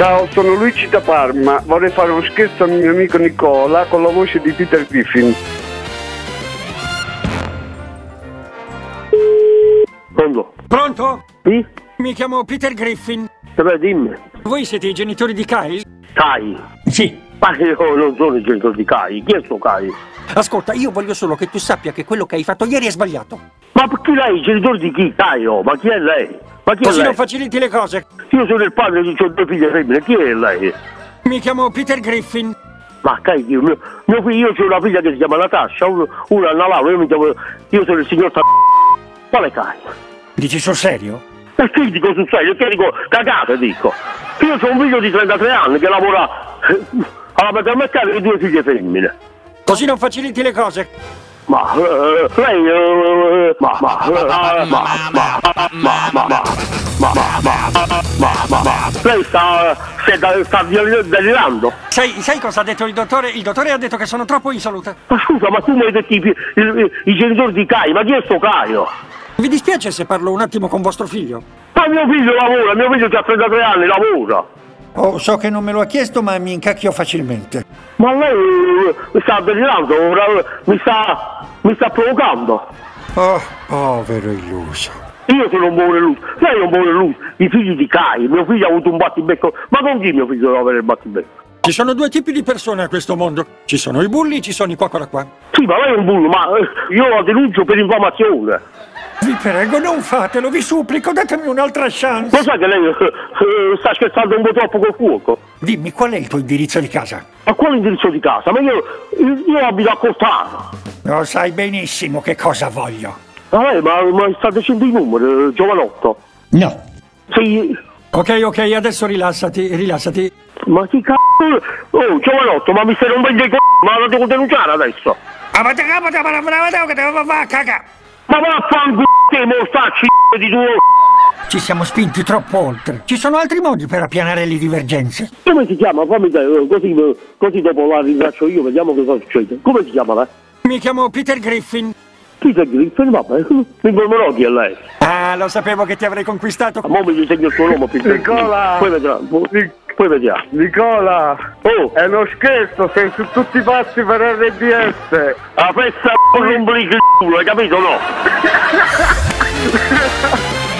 Ciao, sono Luigi da Parma. Vorrei fare uno scherzo al mio amico Nicola con la voce di Peter Griffin. Pronto? Pronto? Sì? Mi chiamo Peter Griffin. Vabbè, dimmi. Voi siete i genitori di Kyle? Kai? Sì. Ma io non sono il genitore di Kai. Chi è sto Kai? Ascolta, io voglio solo che tu sappia che quello che hai fatto ieri è sbagliato. Ma perché lei è il genitore di chi? Kai, oh? Ma chi è lei? Ma chi è Così lei? non faciliti le cose. Io sono il padre di 2 figlie femmine. Chi è lei? Mi chiamo Peter Griffin. Ma Kai, mio figlio, io ho una figlia che si chiama Natascia, una alla laurea, io sono il signor Quale Kai? Dici sul serio? E che dico sul serio? Che dico cagate, dico. Io ho un figlio di 33 anni che lavora alla metalmeccanica e 2 figlie femmine. Così non faciliti le cose. Ma lei lei sta delirando? Sai cosa ha detto il dottore? Il dottore ha detto che sono troppo in salute. Ma scusa, ma tu mi hai detto i genitori di Kai, ma chi è sto Caio? Vi dispiace se parlo un attimo con vostro figlio? Ma mio figlio lavora, mio figlio ha 33 anni, lavora. Oh, so che non me lo ha chiesto, ma mi incacchio facilmente. Ma lei mi sta delirando, mi sta provocando. Oh, povero illuso. Io sono un buon illuso, lei è un buon illuso. I figli di Kai, mio figlio ha avuto un battibecco. Ma con chi mio figlio deve avere il battibecco? Ci sono 2 tipi di persone a questo mondo. Ci sono i bulli, ci sono i qua. Sì, ma lei è un bullo, ma io la denuncio per infamazione. Vi prego, non fatelo, vi supplico, datemi un'altra chance. Lo sai che lei sta scherzando un po' troppo col fuoco? Dimmi, qual è il tuo indirizzo di casa? Ma quale indirizzo di casa? Ma io abito a Cortana. Lo sai benissimo che cosa voglio. Ma sta dicendo i numeri, giovanotto? No. Sì. Ok, adesso rilassati. Ma chi cazzo? Oh, giovanotto, ma mi stai rompendo i ma la devo denunciare adesso. Ma vaffanculo te, mostacci di tuo. Ci siamo spinti troppo oltre. Ci sono altri modi per appianare le divergenze. Come si chiama? Fammi così dopo la rintraccio io, vediamo cosa succede. Come si chiama lei? Mi chiamo Peter Griffin. Peter Griffin, vabbè, mi informerò chi è lei. Ah, lo sapevo che ti avrei conquistato. Ma mi disegno il suo nome, Peter Nicola! Poi vediamo. Nicola! Oh! È uno scherzo, sei su tutti i passi per RDS! La festa non un blico il culo, hai capito o no?